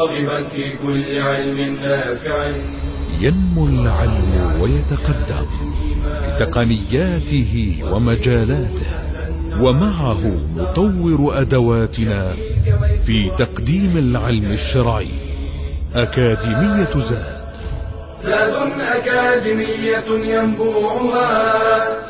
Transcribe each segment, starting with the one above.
راغبا في كل علم نافع. ينمو العلم ويتقدم بتقنياته ومجالاته، ومعه نطور أدواتنا في تقديم العلم الشرعي. أكاديمية زاد أكاديمية ينبوعها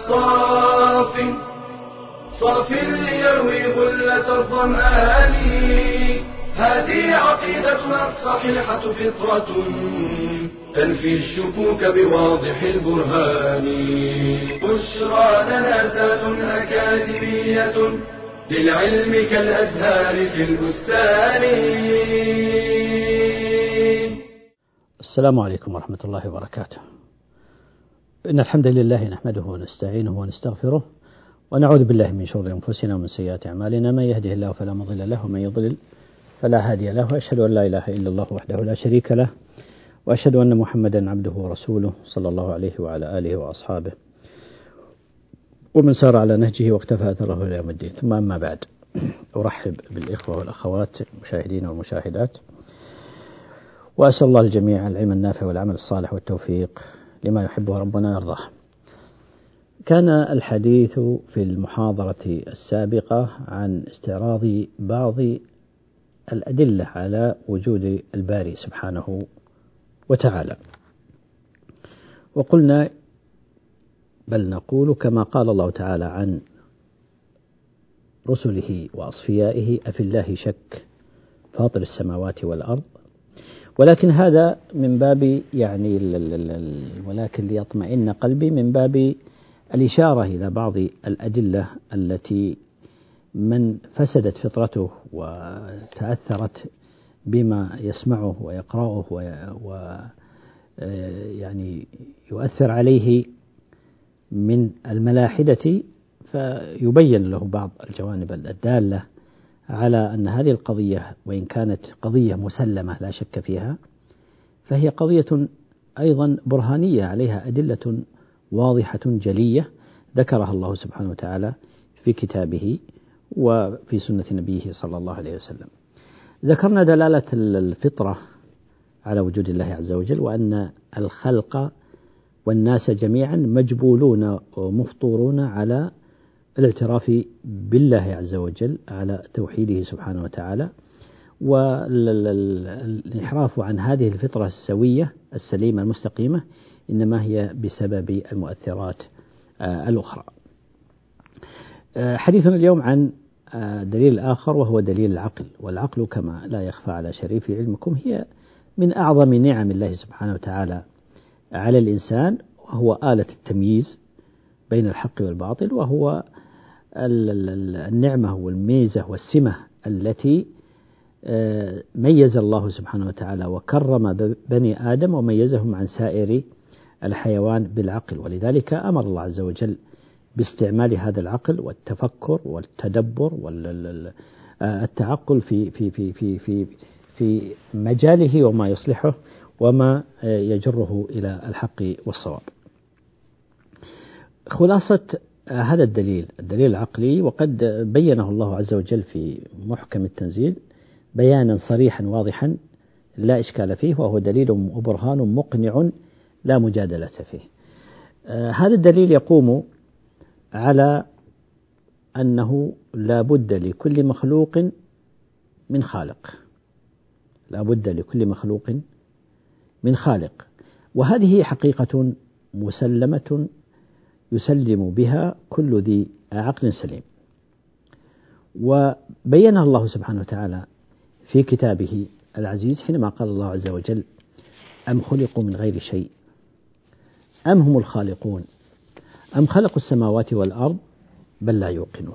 صاف ليروي غلة الظمآن. هذه عقيدتنا الصحيحة فطرة تنفي الشكوك بواضح البرهان. بشرى لنا زاد أكاديمية للعلم كالأزهار في البستان. السلام عليكم ورحمة الله وبركاته. إن الحمد لله نحمده ونستعينه ونستغفره، ونعوذ بالله من شرور أنفسنا ومن سيئات أعمالنا. من يهده الله فلا مضل له، ومن يضلل فلا هادي له. وأشهد أن لا إله إلا الله وحده لا شريك له، وأشهد أن محمدا عبده ورسوله صلى الله عليه وعلى آله وأصحابه ومن سار على نهجه واقتفى أثره إلى يوم الدين. ثم أما بعد، أرحب بالإخوة والأخوات المشاهدين والمشاهدات، وأسأل الله الجميع العلم النافع والعمل الصالح والتوفيق لما يحبه ربنا يرضاه. كان الحديث في المحاضرة السابقة عن استعراض بعض الأدلة على وجود الباري سبحانه وتعالى، وقلنا بل نقول كما قال الله تعالى عن رسله وأصفيائه: أفي الله شك فاطر السماوات والأرض. ولكن هذا من باب ولكن ليطمئن قلبي من باب الإشارة إلى بعض الأدلة التي من فسدت فطرته وتأثرت بما يسمعه ويقرأه يؤثر عليه من الملاحدة، فيبين له بعض الجوانب الدالة على أن هذه القضية وإن كانت قضية مسلمة لا شك فيها، فهي قضية أيضا برهانية عليها أدلة واضحة جلية ذكرها الله سبحانه وتعالى في كتابه وفي سنة نبيه صلى الله عليه وسلم. ذكرنا دلالة الفطرة على وجود الله عز وجل، وأن الخلق والناس جميعا مجبولون ومفطورون على الاعتراف بالله عز وجل، على توحيده سبحانه وتعالى، والانحراف عن هذه الفطرة السوية السليمة المستقيمة إنما هي بسبب المؤثرات الأخرى. حديثنا اليوم عن دليل آخر، وهو دليل العقل. والعقل كما لا يخفى على شريف علمكم هي من أعظم نعم الله سبحانه وتعالى على الإنسان، وهو آلة التمييز بين الحق والباطل، وهو النعمة والميزة والسمة التي ميز الله سبحانه وتعالى وكرم بني آدم وميزهم عن سائر الحيوان بالعقل. ولذلك أمر الله عز وجل باستعمال هذا العقل والتفكر والتدبر والتعقل في مجاله وما يصلحه وما يجره إلى الحق والصواب. خلاصة هذا الدليل العقلي، وقد بينه الله عز وجل في محكم التنزيل بيانا صريحا واضحا لا إشكال فيه، وهو دليل وبرهان مقنع لا مجادلة فيه. هذا الدليل يقوم على أنه لا بد لكل مخلوق من خالق، لا بد لكل مخلوق من خالق، وهذه حقيقة مسلمة يسلم بها كل ذي عقل سليم. وبينها الله سبحانه وتعالى في كتابه العزيز حينما قال الله عز وجل: أم خلقوا من غير شيء أم هم الخالقون أم خلقوا السماوات والأرض بل لا يوقنون.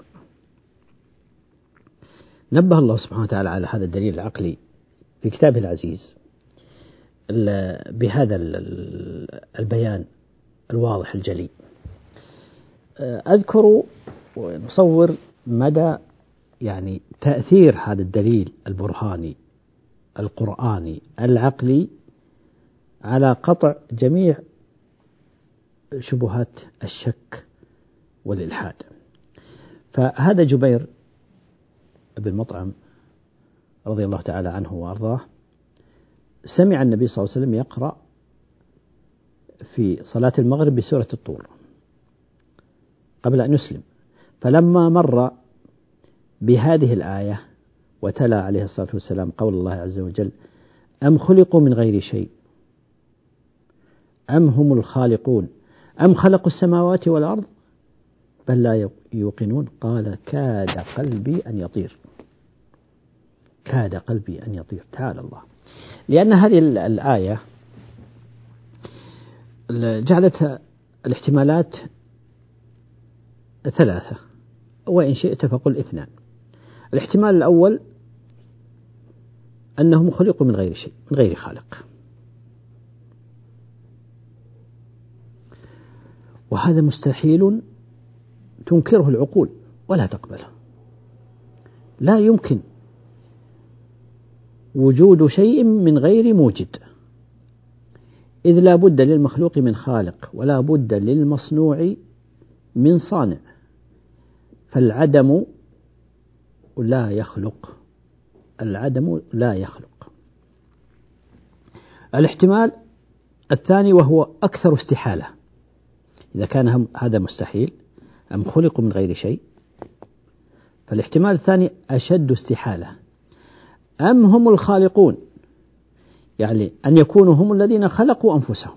نبه الله سبحانه وتعالى على هذا الدليل العقلي في كتابه العزيز بهذا البيان الواضح الجلي. أذكر ونصور مدى تأثير هذا الدليل البرهاني القرآني العقلي على قطع جميع شبهات الشك والإلحاد. فهذا جبير بن مطعم رضي الله تعالى عنه وأرضاه سمع النبي صلى الله عليه وسلم يقرأ في صلاة المغرب بسورة الطور قبل أن يسلم، فلما مر بهذه الآية وتلا عليه الصلاة والسلام قول الله عز وجل: أم خلقوا من غير شيء أم هم الخالقون أم خلقوا السماوات والأرض بل لا يوقنون، قال: كاد قلبي أن يطير، كاد قلبي أن يطير. تعالى الله، لأن هذه الآية جعلت الاحتمالات ثلاثة، وإن شئت فقل اثنان. الاحتمال الأول أنهم خلقوا من غير شيء، من غير خالق، وهذا مستحيل تنكره العقول ولا تقبله. لا يمكن وجود شيء من غير موجد، إذ لا بد للمخلوق من خالق ولا بد للمصنوع من صانع، فالعدم لا يخلق، العدم لا يخلق. الاحتمال الثاني وهو أكثر استحالة، إذا كان هذا مستحيل أم خلقوا من غير شيء، فالاحتمال الثاني أشد استحالة، أم هم الخالقون، يعني أن يكونوا هم الذين خلقوا أنفسهم،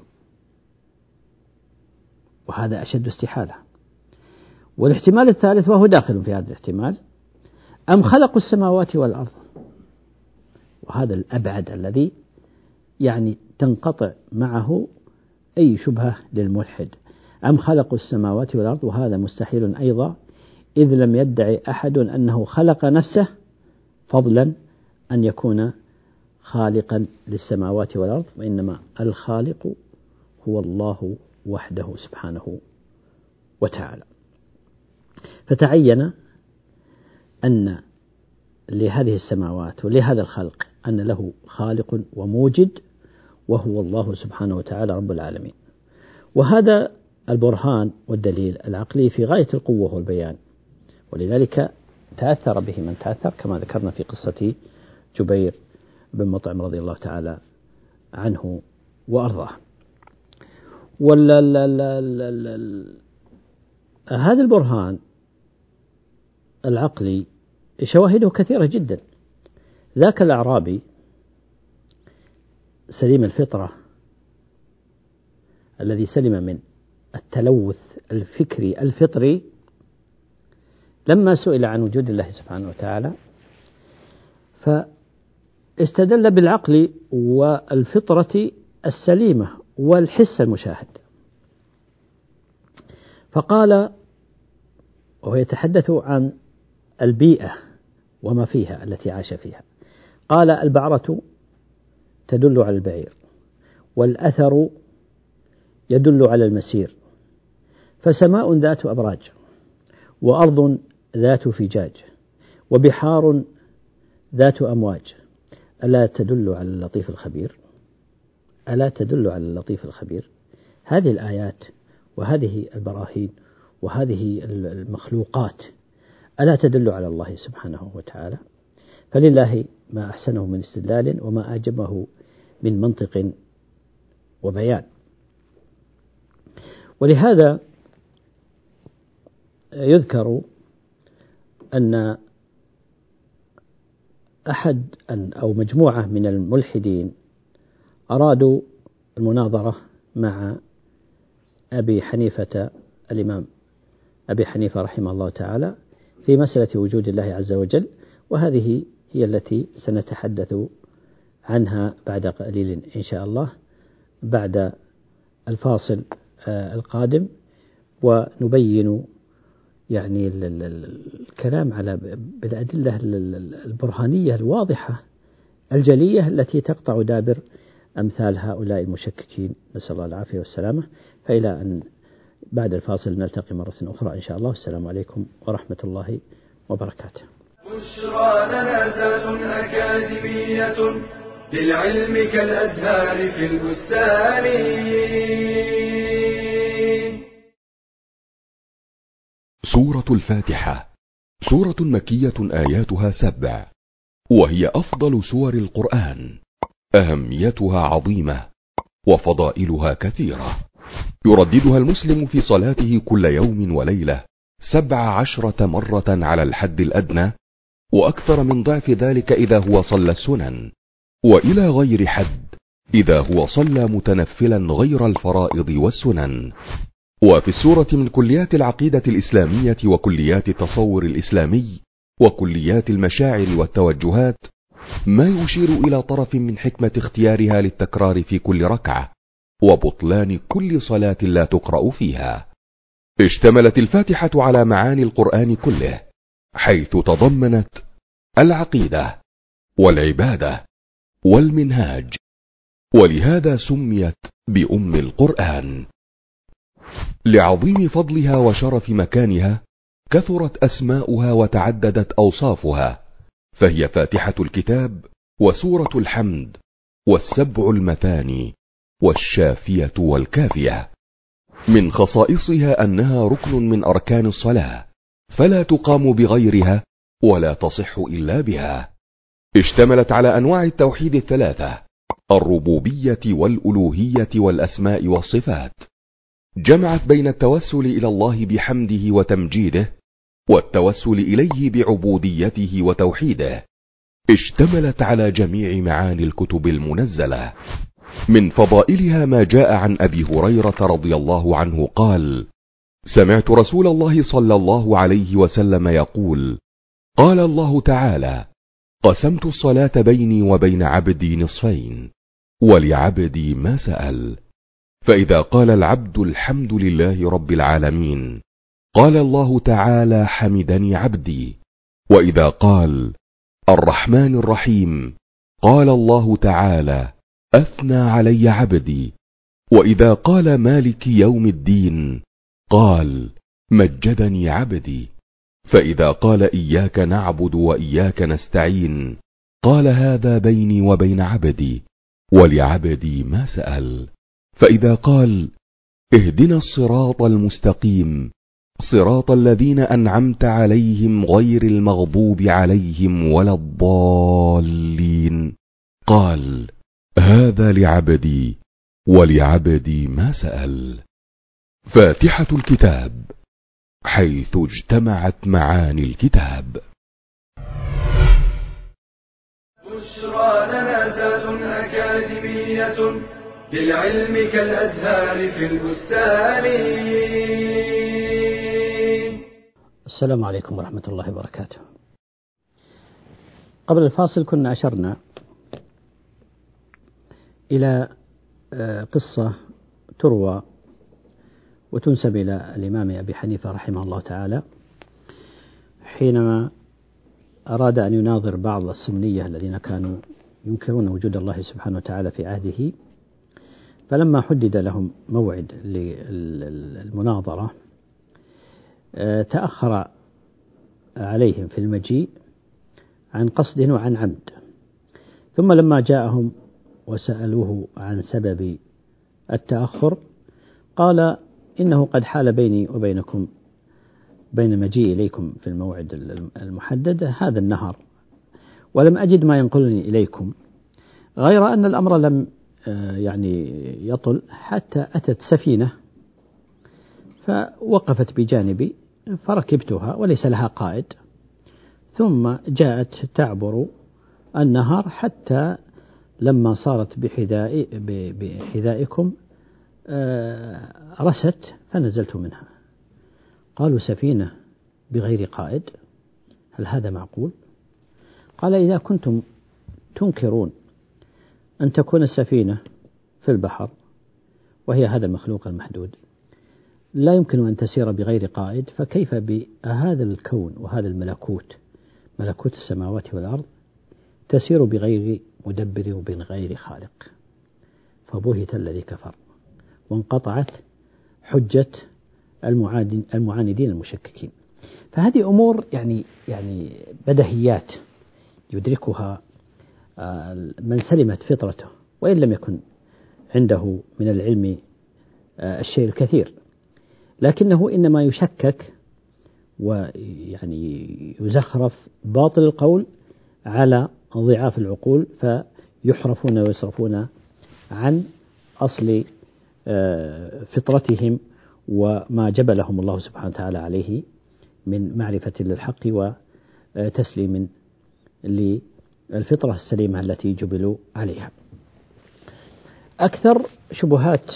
وهذا أشد استحالة. والاحتمال الثالث وهو داخل في هذا الاحتمال: أم خلقوا السماوات والأرض، وهذا الأبعد الذي يعني تنقطع معه أي شبهة للملحد. أم خلقوا السماوات والأرض، وهذا مستحيل أيضا، إذ لم يدعي أحد أنه خلق نفسه فضلا أن يكون خالقا للسماوات والأرض، وإنما الخالق هو الله وحده سبحانه وتعالى. فتعين أن لهذه السماوات ولهذا الخلق أن له خالق وموجد، وهو الله سبحانه وتعالى رب العالمين. وهذا البرهان والدليل العقلي في غاية القوة والبيان، ولذلك تأثر به من تأثر، كما ذكرنا في قصة جبير بن مطعم رضي الله تعالى عنه وأرضاه. هذا البرهان العقلي شواهده كثيرة جدا. ذاك الأعرابي سليم الفطرة الذي سلم من التلوث الفكري الفطري، لما سئل عن وجود الله سبحانه وتعالى فاستدل بالعقل والفطرة السليمة والحس المشاهد، فقال وهو يتحدث عن البيئة وما فيها التي عاش فيها، قال: البعرة تدل على البعير، والأثر يدل على المسير، فسماء ذات أبراج، وأرض ذات فجاج، وبحار ذات أمواج، ألا تدل على اللطيف الخبير؟ ألا تدل على اللطيف الخبير؟ هذه الآيات وهذه البراهين وهذه المخلوقات ألا تدل على الله سبحانه وتعالى؟ فلله ما أحسنه من استدلال وما أعجبه من منطق وبيان. ولهذا يذكر أن أحد أو مجموعة من الملحدين أرادوا المناظرة مع أبي حنيفة، الإمام أبي حنيفة رحمه الله تعالى، في مسألة وجود الله عز وجل، وهذه هي التي سنتحدث عنها بعد قليل إن شاء الله بعد الفاصل القادم، ونبين يعني الكلام على بالأدلة البرهانية الواضحة الجلية التي تقطع دابر أمثال هؤلاء المشككين، نسأل الله العافية والسلامة. فإلى أن بعد الفاصل نلتقي مرة أخرى إن شاء الله. السلام عليكم ورحمة الله وبركاته. بشرى لنا ذات أكاديمية للعلم كالأزهار في البستان. سورة الفاتحة سورة مكية آياتها 7، وهي أفضل سور القرآن، أهميتها عظيمة وفضائلها كثيرة، يرددها المسلم في صلاته كل يوم وليلة 17 مرة على الحد الأدنى، وأكثر من ضعف ذلك إذا هو صلى السنن، وإلى غير حد إذا هو صلى متنفلا غير الفرائض والسنن. وفي السورة من كليات العقيدة الإسلامية وكليات التصور الإسلامي وكليات المشاعر والتوجهات ما يشير إلى طرف من حكمة اختيارها للتكرار في كل ركعة وبطلان كل صلاة لا تقرأ فيها. اشتملت الفاتحة على معاني القرآن كله، حيث تضمنت العقيدة والعبادة والمنهاج، ولهذا سميت بأم القرآن. لعظيم فضلها وشرف مكانها كثرت أسماؤها وتعددت أوصافها، فهي فاتحة الكتاب وسورة الحمد والسبع المثاني والشافية والكافية. من خصائصها أنها ركن من أركان الصلاة، فلا تقام بغيرها ولا تصح إلا بها. اشتملت على أنواع التوحيد الثلاثة: الربوبية والألوهية والأسماء والصفات. جمعت بين التوسل إلى الله بحمده وتمجيده والتوسل إليه بعبوديته وتوحيده. اشتملت على جميع معاني الكتب المنزلة. من فضائلها ما جاء عن أبي هريرة رضي الله عنه قال: سمعت رسول الله صلى الله عليه وسلم يقول: قال الله تعالى: قسمت الصلاة بيني وبين عبدي نصفين، ولعبدي ما سأل. فإذا قال العبد الحمد لله رب العالمين، قال الله تعالى: حمدني عبدي. وإذا قال الرحمن الرحيم، قال الله تعالى: أثنى علي عبدي. وإذا قال مالك يوم الدين، قال: مجدني عبدي. فإذا قال إياك نعبد وإياك نستعين، قال: هذا بيني وبين عبدي، ولعبدي ما سأل. فإذا قال اهدنا الصراط المستقيم، صراط الذين أنعمت عليهم غير المغضوب عليهم ولا الضالين، قال: هذا لعبدي، ولعبدي ما سأل. فاتحة الكتاب، حيث اجتمعت معاني الكتاب. بشرى لنا زاد أكاديمية للعلم كالأزهار في البستان. السلام عليكم ورحمة الله وبركاته. قبل الفاصل كنا أشرنا إلى قصة تروى وتنسب إلى الإمام أبي حنيفة رحمه الله تعالى، حينما أراد أن يناظر بعض السنية الذين كانوا ينكرون وجود الله سبحانه وتعالى في عهده، فلما حدد لهم موعد للمناظرة تأخر عليهم في المجيء عن قصد وعن عمد. ثم لما جاءهم وسألوه عن سبب التأخر قال: إنه قد حال بيني وبينكم بين مجيء إليكم في الموعد المحدد هذا النهر، ولم أجد ما ينقلني إليكم، غير أن الأمر لم يطل حتى أتت سفينة فوقفت بجانبي فركبتها وليس لها قائد، ثم جاءت تعبر النهر حتى لما صارت بحذائكم رست فنزلت منها. قالوا: سفينة بغير قائد، هل هذا معقول؟ قال: إذا كنتم تنكرون أن تكون السفينة في البحر وهي هذا المخلوق المحدود لا يمكن أن تسير بغير قائد، فكيف بهذا الكون وهذا الملكوت، ملكوت السماوات والأرض، تسير بغير مدبر وبغير خالق؟ فبهت الذي كفر وانقطعت حجة المعاندين المشككين. فهذه أمور يعني بدهيات يدركها من سلمت فطرته وإن لم يكن عنده من العلم الشيء الكثير، لكنه إنما يشكك ويزخرف باطل القول على ضعاف العقول يحرفون ويصرفون عن أصل فطرتهم وما جبلهم الله سبحانه وتعالى عليه من معرفة للحق وتسليم للفطرة السليمة التي جبلوا عليها. أكثر شبهات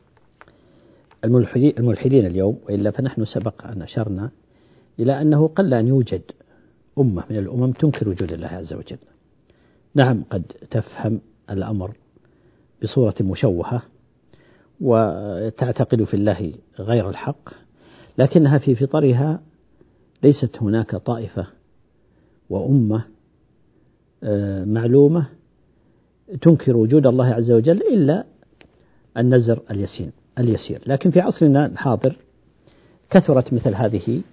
الملحدين اليوم، وإلا فنحن سبق أن أشرنا إلى أنه قل أن يوجد أمة من الأمم تنكر وجود الله عز وجل. نعم، قد تفهم الأمر بصورة مشوهة وتعتقد في الله غير الحق، لكنها في فطرها ليست هناك طائفة وأمة معلومة تنكر وجود الله عز وجل إلا النزر اليسير. لكن في عصرنا الحاضر كثرت مثل هذه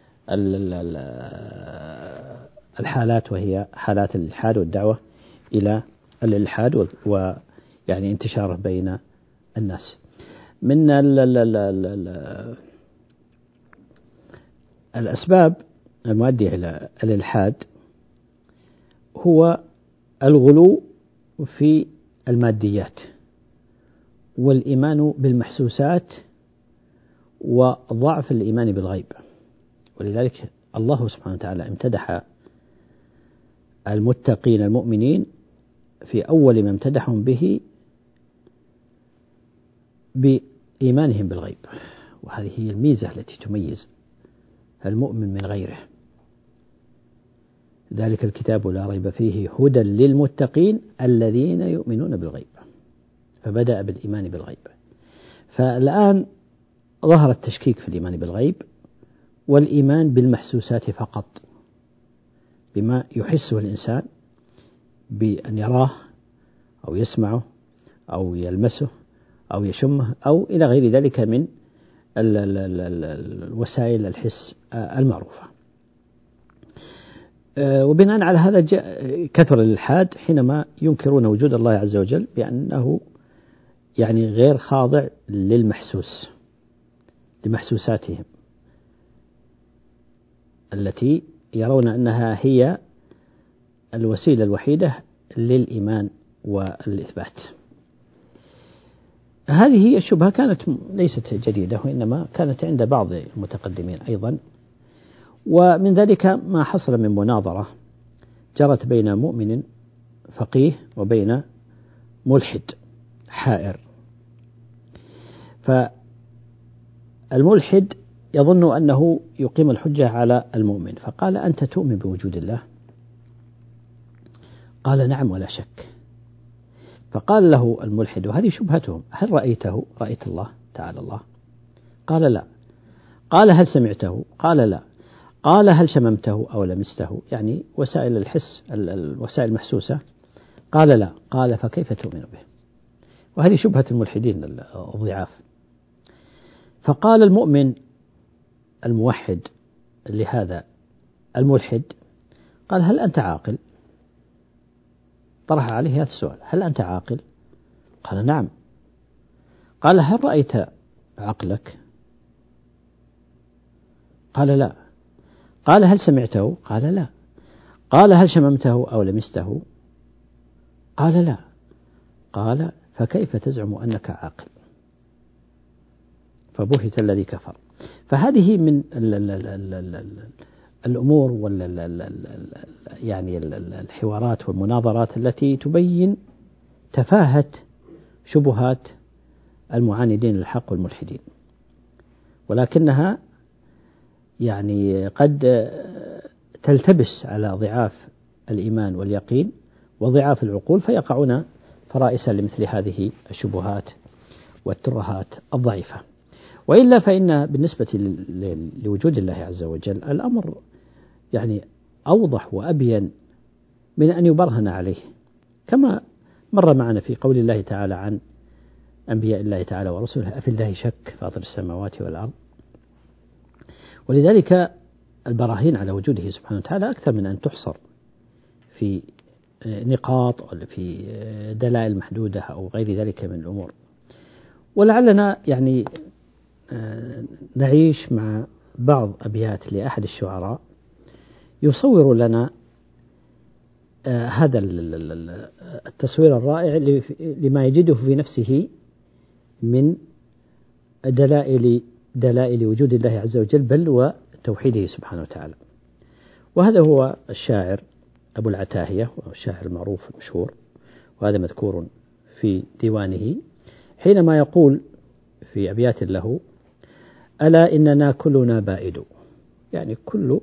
الحالات، وهي حالات الإلحاد والدعوة إلى الإلحاد ويعني انتشاره بين الناس. من الأسباب المؤدية إلى الإلحاد هو الغلو في الماديات والإيمان بالمحسوسات وضعف الإيمان بالغيب. ولذلك الله سبحانه وتعالى امتدح المتقين المؤمنين في أول ما امتدحهم به بإيمانهم بالغيب، وهذه هي الميزة التي تميز المؤمن من غيره. ذلك الكتاب لا ريب فيه هدى للمتقين الذين يؤمنون بالغيب، فبدأ بالإيمان بالغيب. فالآن ظهر التشكيك في الإيمان بالغيب والإيمان بالمحسوسات فقط، بما يحسه الإنسان بأن يراه أو يسمعه أو يلمسه أو يشمه أو إلى غير ذلك من وسائل الحس المعروفة. وبناء على هذا كثر الإلحاد حينما ينكرون وجود الله عز وجل بأنه يعني غير خاضع لمحسوساتهم التي يرون أنها هي الوسيلة الوحيدة للإيمان والإثبات. هذه الشبهة كانت ليست جديدة، وإنما كانت عند بعض المتقدمين أيضا. ومن ذلك ما حصل من مناظرة جرت بين مؤمن فقيه وبين ملحد حائر. فالملحد يظن أنه يقيم الحجة على المؤمن، فقال: أنت تؤمن بوجود الله؟ قال: نعم ولا شك. فقال له الملحد، وهذه شبهتهم: هل رأيت الله تعالى الله؟ قال: لا. قال: هل سمعته؟ قال: لا. قال: هل شممته أو لمسته؟ يعني وسائل الحس، الوسائل المحسوسة. قال: لا. قال: فكيف تؤمن به؟ وهذه شبهة الملحدين الضعاف. فقال المؤمن الموحد لهذا الملحد، قال: هل أنت عاقل؟ طرح عليه هذا السؤال: هل أنت عاقل؟ قال: نعم. قال: هل رأيت عقلك؟ قال: لا. قال: هل سمعته؟ قال: لا. قال: هل شممته أو لمسته؟ قال: لا. قال: فكيف تزعم أنك عاقل؟ فبهت الذي كفر. فهذه من الأمور يعني الحوارات والمناظرات التي تبين تفاهة شبهات المعاندين للحق والملحدين، ولكنها يعني قد تلتبس على ضعاف الإيمان واليقين وضعاف العقول، فيقعون فرائسا لمثل هذه الشبهات والترهات الضعيفة. وإلا فإن بالنسبة لوجود الله عز وجل الأمر يعني أوضح وأبين من أن يبرهن عليه، كما مر معنا في قول الله تعالى عن أنبياء الله تعالى ورسله: أفي الله شك فاطر السماوات والأرض. ولذلك البراهين على وجوده سبحانه وتعالى أكثر من أن تحصر في نقاط أو في دلائل محدودة أو غير ذلك من الأمور. ولعلنا يعني نعيش مع بعض أبيات لأحد الشعراء يصور لنا هذا التصوير الرائع لما يجده في نفسه من دلائل وجود الله عز وجل بل وتوحيده سبحانه وتعالى. وهذا هو الشاعر أبو العتاهية، والشاعر المعروف المشهور، وهذا مذكور في ديوانه، حينما يقول في أبيات له: ألا إننا كلنا بائد، يعني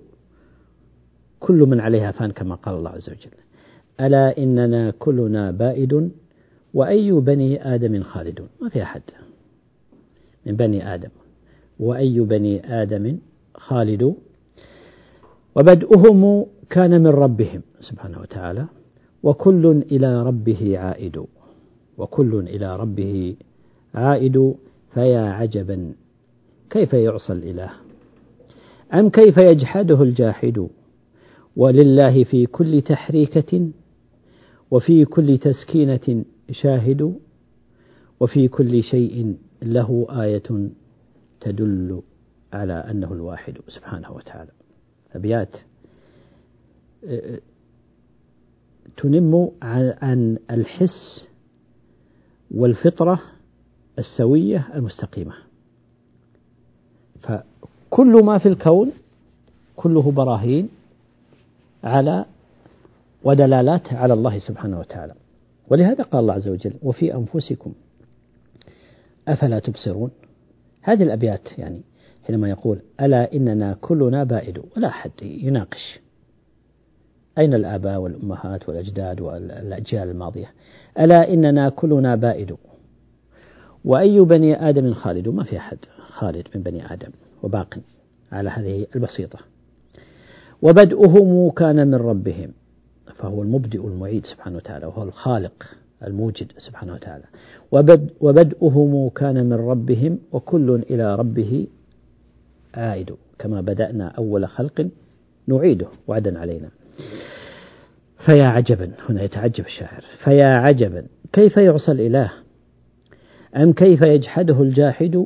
كل من عليها فان كما قال الله عز وجل. ألا إننا كلنا بائد وأي بني آدم خالدون، ما في أحد من بني آدم، وأي بني آدم خالد، وبدؤهم كان من ربهم سبحانه وتعالى، وكل إلى ربه عائد، وكل إلى ربه عائد، فيا عجبا كيف يعصى الإله، أم كيف يجحده الجاحد، ولله في كل تحريكة وفي كل تسكينة شاهد، وفي كل شيء له آية تدل على أنه الواحد سبحانه وتعالى. أبيات تنم عن الحس والفطرة السوية المستقيمة، فكل ما في الكون كله براهين على ودلالات على الله سبحانه وتعالى. ولهذا قال الله عز وجل: وفي أنفسكم أفلا تبصرون. هذه الأبيات يعني حينما يقول: ألا إننا كلنا بائد، ولا أحد يناقش أين الآباء والأمهات والأجداد والأجيال الماضية. ألا إننا كلنا بائد وأي بني آدم خالد، ما في أحد خالد من بني آدم وباق على هذه البسيطة. وبدؤهم كان من ربهم، فهو المبدئ المعيد سبحانه وتعالى، وهو الخالق الموجد سبحانه وتعالى. وبدؤهم كان من ربهم وكل إلى ربه عائد، كما بدأنا أول خلق نعيده وعدا علينا. فيا عجبا، هنا يتعجب الشاعر، فيا عجبا كيف يعصى الإله، أم كيف يجحده الجاحد،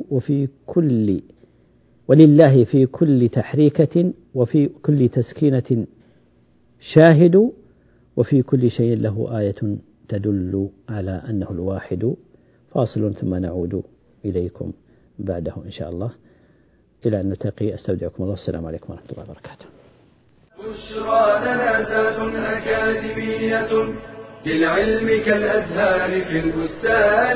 ولله في كل تحريكة وفي كل تسكينة شاهد، وفي كل شيء له آية تدل على أنه الواحد. فاصل ثم نعود إليكم بعده إن شاء الله، إلى أن نلتقي. أستودعكم الله، السلام عليكم ورحمة الله وبركاته. بشرى لنا ذات أكاديمية للعلم كالأزهار في البستان.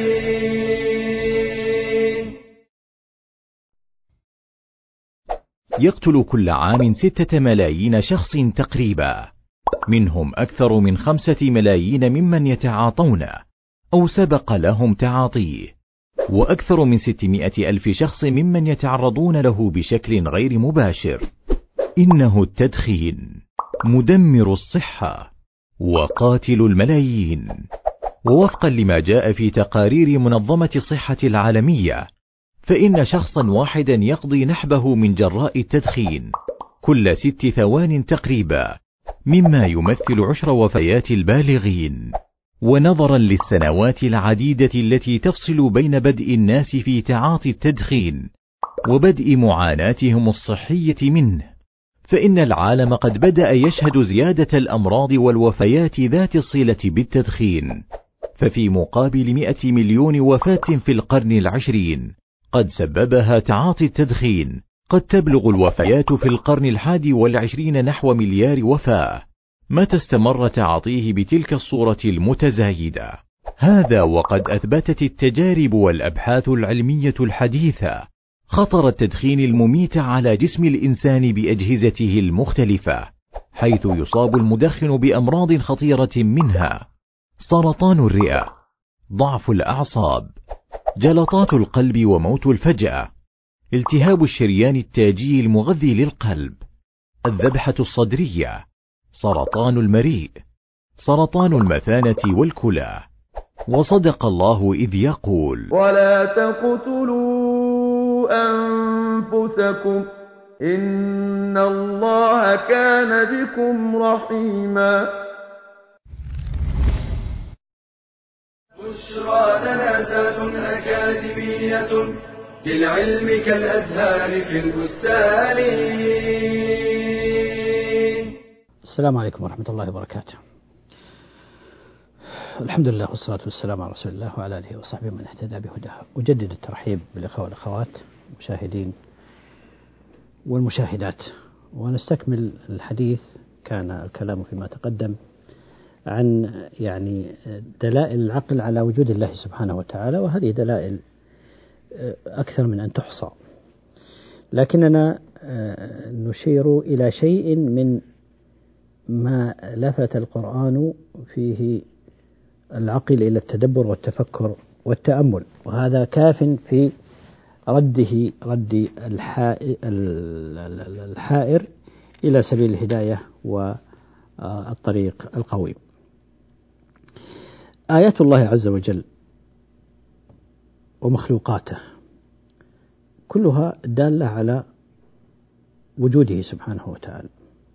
يقتل كل عام 6 ملايين شخص تقريبا، منهم أكثر من 5 ملايين ممن يتعاطون أو سبق لهم تعاطيه، وأكثر من 600 ألف شخص ممن يتعرضون له بشكل غير مباشر. إنه التدخين مدمر الصحة وقاتل الملايين. ووفقا لما جاء في تقارير منظمة الصحة العالمية، فإن شخصا واحدا يقضي نحبه من جراء التدخين كل 6 ثوان تقريبا، مما يمثل 10 وفيات البالغين. ونظرا للسنوات العديدة التي تفصل بين بدء الناس في تعاطي التدخين وبدء معاناتهم الصحية منه، فإن العالم قد بدأ يشهد زيادة الأمراض والوفيات ذات الصلة بالتدخين. ففي مقابل 100 مليون وفاة في القرن 20 قد سببها تعاطي التدخين، قد تبلغ الوفيات في القرن 21 نحو مليار وفاة متى استمر تعاطيه بتلك الصورة المتزايدة. هذا وقد أثبتت التجارب والأبحاث العلمية الحديثة خطر التدخين المميت على جسم الإنسان بأجهزته المختلفة، حيث يصاب المدخن بأمراض خطيرة منها سرطان الرئة، ضعف الأعصاب، جلطات القلب وموت الفجأة، التهاب الشريان التاجي المغذي للقلب، الذبحة الصدرية، سرطان المريء، سرطان المثانة والكلى. وصدق الله إذ يقول: ولا تقتلوا أنفسكم إن الله كان بكم رحيما. بشرى لنا ذات أكاديمية للعلم كالأزهار في البستان. السلام عليكم ورحمة الله وبركاته. الحمد لله والصلاة والسلام على رسول الله وعلى آله وصحبه من اهتدى بهداه. أجدد الترحيب بالإخوة والأخوات المشاهدين والمشاهدات، ونستكمل الحديث. كان الكلام فيما تقدم عن دلائل العقل على وجود الله سبحانه وتعالى، وهذه دلائل أكثر من أن تحصى، لكننا نشير إلى شيء من ما لفت القرآن فيه العقل إلى التدبر والتفكر والتأمل، وهذا كاف في رد الحائر إلى سبيل الهداية والطريق القويم. آيات الله عز وجل ومخلوقاته كلها دالة على وجوده سبحانه وتعالى.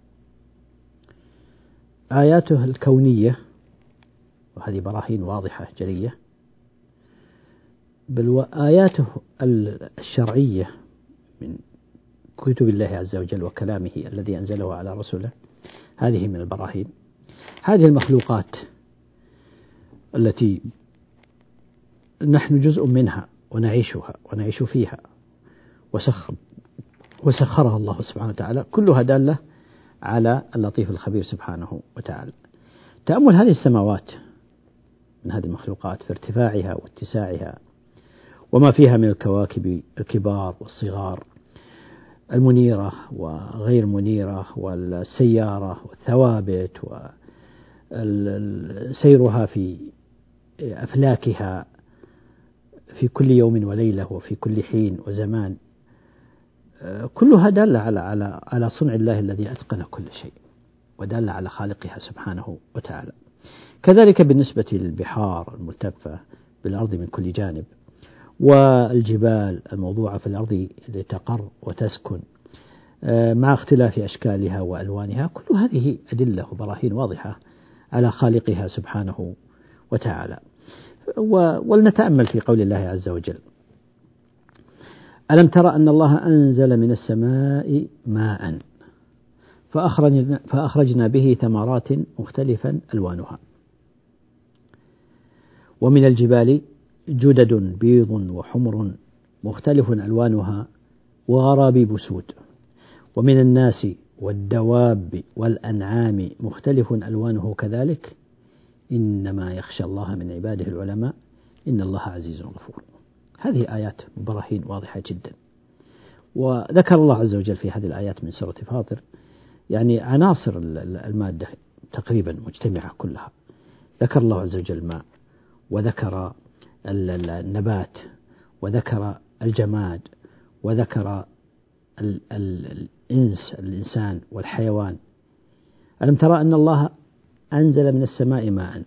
آياته الكونية، وهذه براهين واضحة جلية، بل وآياته الشرعية من كتب الله عز وجل وكلامه الذي أنزله على رسوله، هذه من البراهين. هذه المخلوقات التي نحن جزء منها ونعيش فيها وسخرها الله سبحانه وتعالى، كلها دالة على اللطيف الخبير سبحانه وتعالى. تأمل هذه السماوات من هذه المخلوقات في ارتفاعها واتساعها، وما فيها من الكواكب الكبار والصغار، المنيرة وغير منيرة، والسيارة والثوابت، وسيرها في أفلاكها في كل يوم وليلة وفي كل حين وزمان، كلها دالة على صنع الله الذي أتقن كل شيء، ودالة على خالقها سبحانه وتعالى. كذلك بالنسبة للبحار الملتفة بالأرض من كل جانب، والجبال الموضوعة في الأرض لتقر وتسكن مع اختلاف أشكالها وألوانها، كل هذه أدلة وبراهين واضحة على خالقها سبحانه وتعالى. ولنتأمل في قول الله عز وجل: ألم تر أن الله أنزل من السماء ماء فأخرجنا به ثمرات مختلفا ألوانها، ومن الجبال جدد بيض وحمر مختلف ألوانها وغرابيب سود، ومن الناس والدواب والأنعام مختلف ألوانه كذلك، إنما يخشى الله من عباده العلماء إن الله عزيز غفور. هذه آيات براهين واضحة جدا. وذكر الله عز وجل في هذه الآيات من سورة فاطر عناصر المادة تقريبا مجتمعة كلها. ذكر الله عز وجل الماء، وذكر النبات، وذكر الجماد، وذكر الإنسان والحيوان. ألم ترى أن الله أنزل من السماء ماء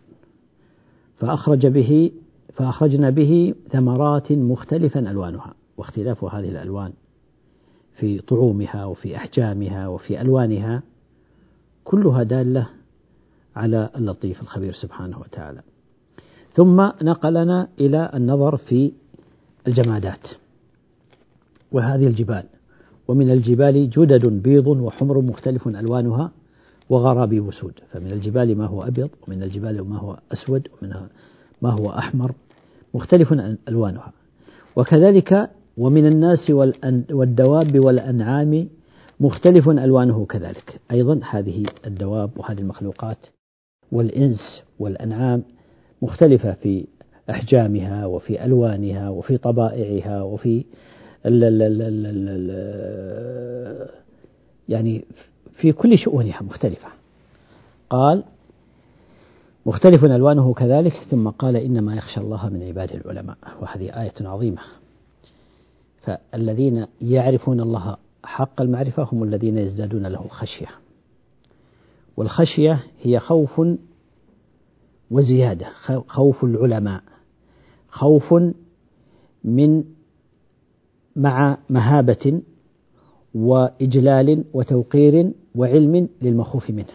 فأخرجنا به ثمرات مختلفا ألوانها، واختلاف هذه الألوان في طعومها وفي أحجامها وفي ألوانها كلها دالة على اللطيف الخبير سبحانه وتعالى. ثم نقلنا إلى النظر في الجمادات وهذه الجبال، ومن الجبال جدد بيض وحمر مختلف ألوانها وغرابيب سود، فمن الجبال ما هو أبيض، ومن الجبال ما هو أسود، ومنها ما هو أحمر مختلف ألوانها. وكذلك ومن الناس والدواب والأنعام مختلف ألوانه كذلك. أيضا هذه الدواب وهذه المخلوقات والإنس والأنعام مختلفة في أحجامها وفي ألوانها وفي طبائعها وفي في كل شؤونها مختلفة. قال مختلف ألوانه كذلك، ثم قال إنما يخشى الله من عباده العلماء، وهذه آية عظيمة. فالذين يعرفون الله حق المعرفة هم الذين يزدادون له خشية، والخشية هي خوف وزيادة، خوف العلماء، خوف مع مهابة وإجلال وتوقير وعلم للمخوف منه.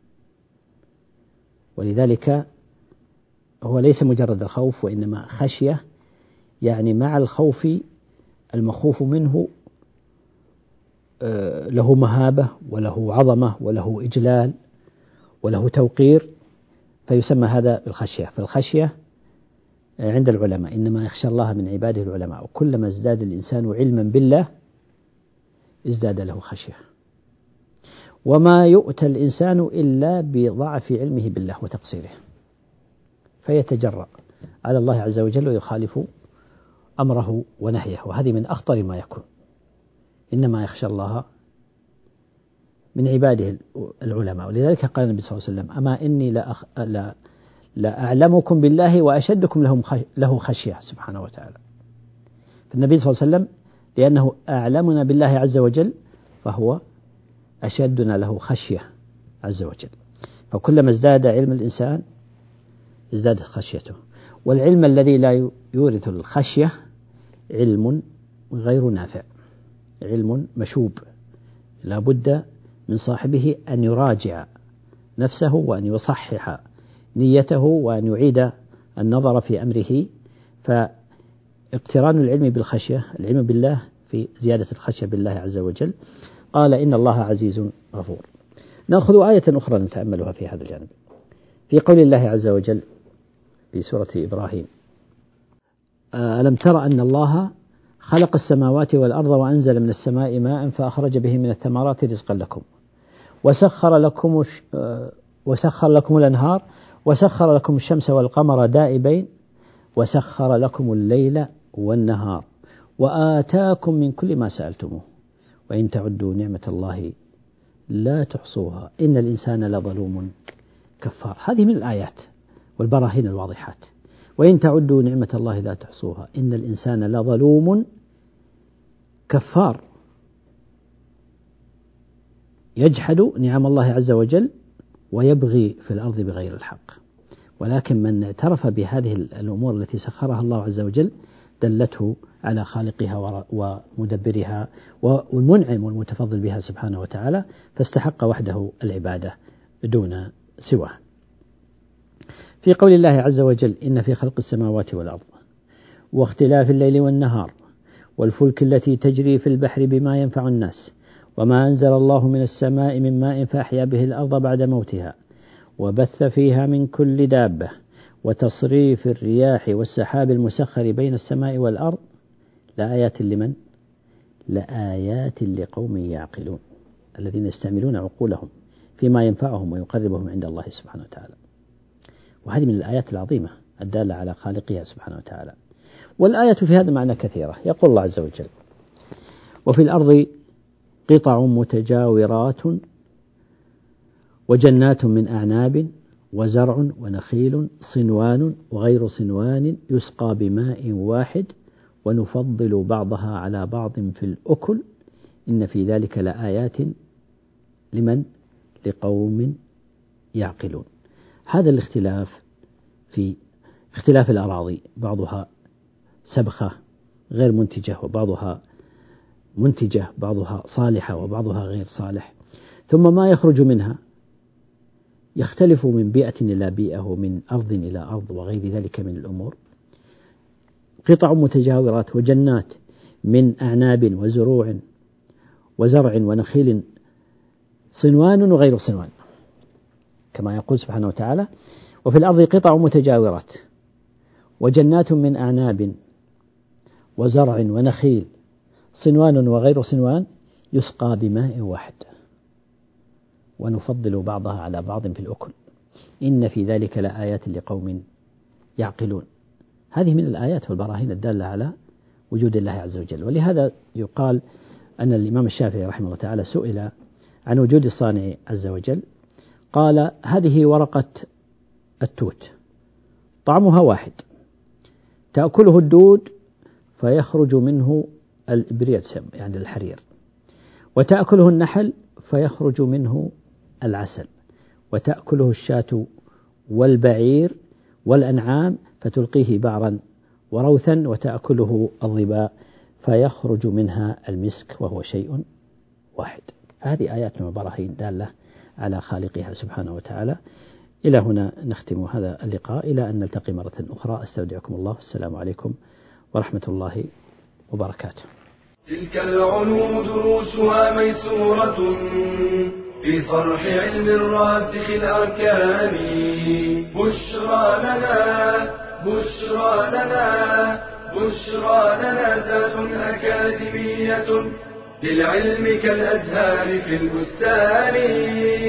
ولذلك هو ليس مجرد الخوف، وإنما خشية مع الخوف المخوف منه له مهابة وله عظمة وله إجلال وله توقير، فيسمى هذا بالخشية. فالخشية عند العلماء إنما يخشى الله من عباده العلماء، وكلما ازداد الإنسان علما بالله ازداد له خشية. وما يؤتى الإنسان إلا بضعف علمه بالله وتقصيره، فيتجرأ على الله عز وجل ويخالف أمره ونهيه، وهذه من أخطر ما يكون. إنما يخشى الله من عباده العلماء، ولذلك قال النبي صلى الله عليه وسلم: أما إني لا أعلمكم بالله وأشدكم له خشية سبحانه وتعالى. فالنبي صلى الله عليه وسلم لأنه أعلمنا بالله عز وجل فهو أشدنا له خشية عز وجل. فكلما ازداد علم الإنسان ازدادت خشيته. والعلم الذي لا يورث الخشية علم غير نافع، علم مشوب، لا بد من صاحبه أن يراجع نفسه وأن يصحح نيته وأن يعيد النظر في أمره. فاقتران العلم بالخشية، العلم بالله في زيادة الخشية بالله عز وجل. قال: إن الله عزيز غفور. نأخذ آية أخرى نتأملها في هذا الجانب، في قول الله عز وجل في سورة إبراهيم: ألم تر أن الله خلق السماوات والأرض وأنزل من السماء ماء فأخرج به من الثمرات رزقا لكم وسخر لكم الأنهار وسخر لكم الشمس والقمر دائبين وسخر لكم الليل والنهار وآتاكم من كل ما سألتموه وإن تعدوا نعمة الله لا تحصوها إن الإنسان لظلوم كفار. هذه من الآيات والبراهين الواضحات. وإن تعدوا نعمة الله لا تحصوها إن الإنسان لظلوم كفار، يجحد نعم الله عز وجل ويبغي في الأرض بغير الحق. ولكن من اعترف بهذه الأمور التي سخرها الله عز وجل دلته على خالقها ومدبرها والمنعم والمتفضل بها سبحانه وتعالى، فاستحق وحده العبادة دون سواه. في قول الله عز وجل: إن في خلق السماوات والأرض واختلاف الليل والنهار والفلك التي تجري في البحر بما ينفع الناس وما أنزل الله من السماء من ماء فأحيا به الأرض بعد موتها وبث فيها من كل دابة وتصريف الرياح والسحاب المسخر بين السماء والأرض لآيات لمن؟ لآيات لقوم يعقلون، الذين يستعملون عقولهم فيما ينفعهم ويقربهم عند الله سبحانه وتعالى. وهذه من الآيات العظيمة الدالة على خالقها سبحانه وتعالى. والآية في هذا معنى كثيرة. يقول الله عز وجل: وفي الأرض قطع متجاورات وجنات من أعناب وزرع ونخيل صنوان وغير صنوان يسقى بماء واحد ونفضل بعضها على بعض في الأكل إن في ذلك لآيات لمن؟ لقوم يعقلون. هذا الاختلاف في اختلاف الأراضي، بعضها سبخة غير منتجة وبعضها منتجة، بعضها صالحة وبعضها غير صالح، ثم ما يخرج منها يختلف من بيئة إلى بيئة ومن أرض إلى أرض وغير ذلك من الأمور. قطع متجاورات وجنات من أعناب وزروع وزرع ونخيل صنوان وغير صنوان، كما يقول سبحانه وتعالى: وفي الأرض قطع متجاورات وجنات من أعناب وزرع ونخيل صنوان وغير صنوان يسقى بماء واحد ونفضل بعضها على بعض في الأكل إن في ذلك لآيات لقوم يعقلون. هذه من الآيات والبراهين الدالة على وجود الله عز وجل. ولهذا يقال أن الإمام الشافعي رحمه الله تعالى سئل عن وجود الصانع عز وجل، قال: هذه ورقة التوت طعمها واحد، تأكله الدود فيخرج منه الإبريت يعني الحرير، وتأكله النحل فيخرج منه العسل، وتأكله الشاة والبعير والأنعام فتلقيه بعرا وروثا، وتأكله الظباء فيخرج منها المسك وهو شيء واحد. هذه آيات وبراهين دالة على خالقها سبحانه وتعالى. إلى هنا نختم هذا اللقاء، إلى أن نلتقي مرة أخرى. أستودعكم الله، السلام عليكم ورحمة الله وبركاته. تلك العلوم دروسها ميسورة في صرح علم الراسخ الأركان. بشرى لنا بشرى لنا بشرى لنا ذات أكاديمية للعلم كالأزهار في البستان.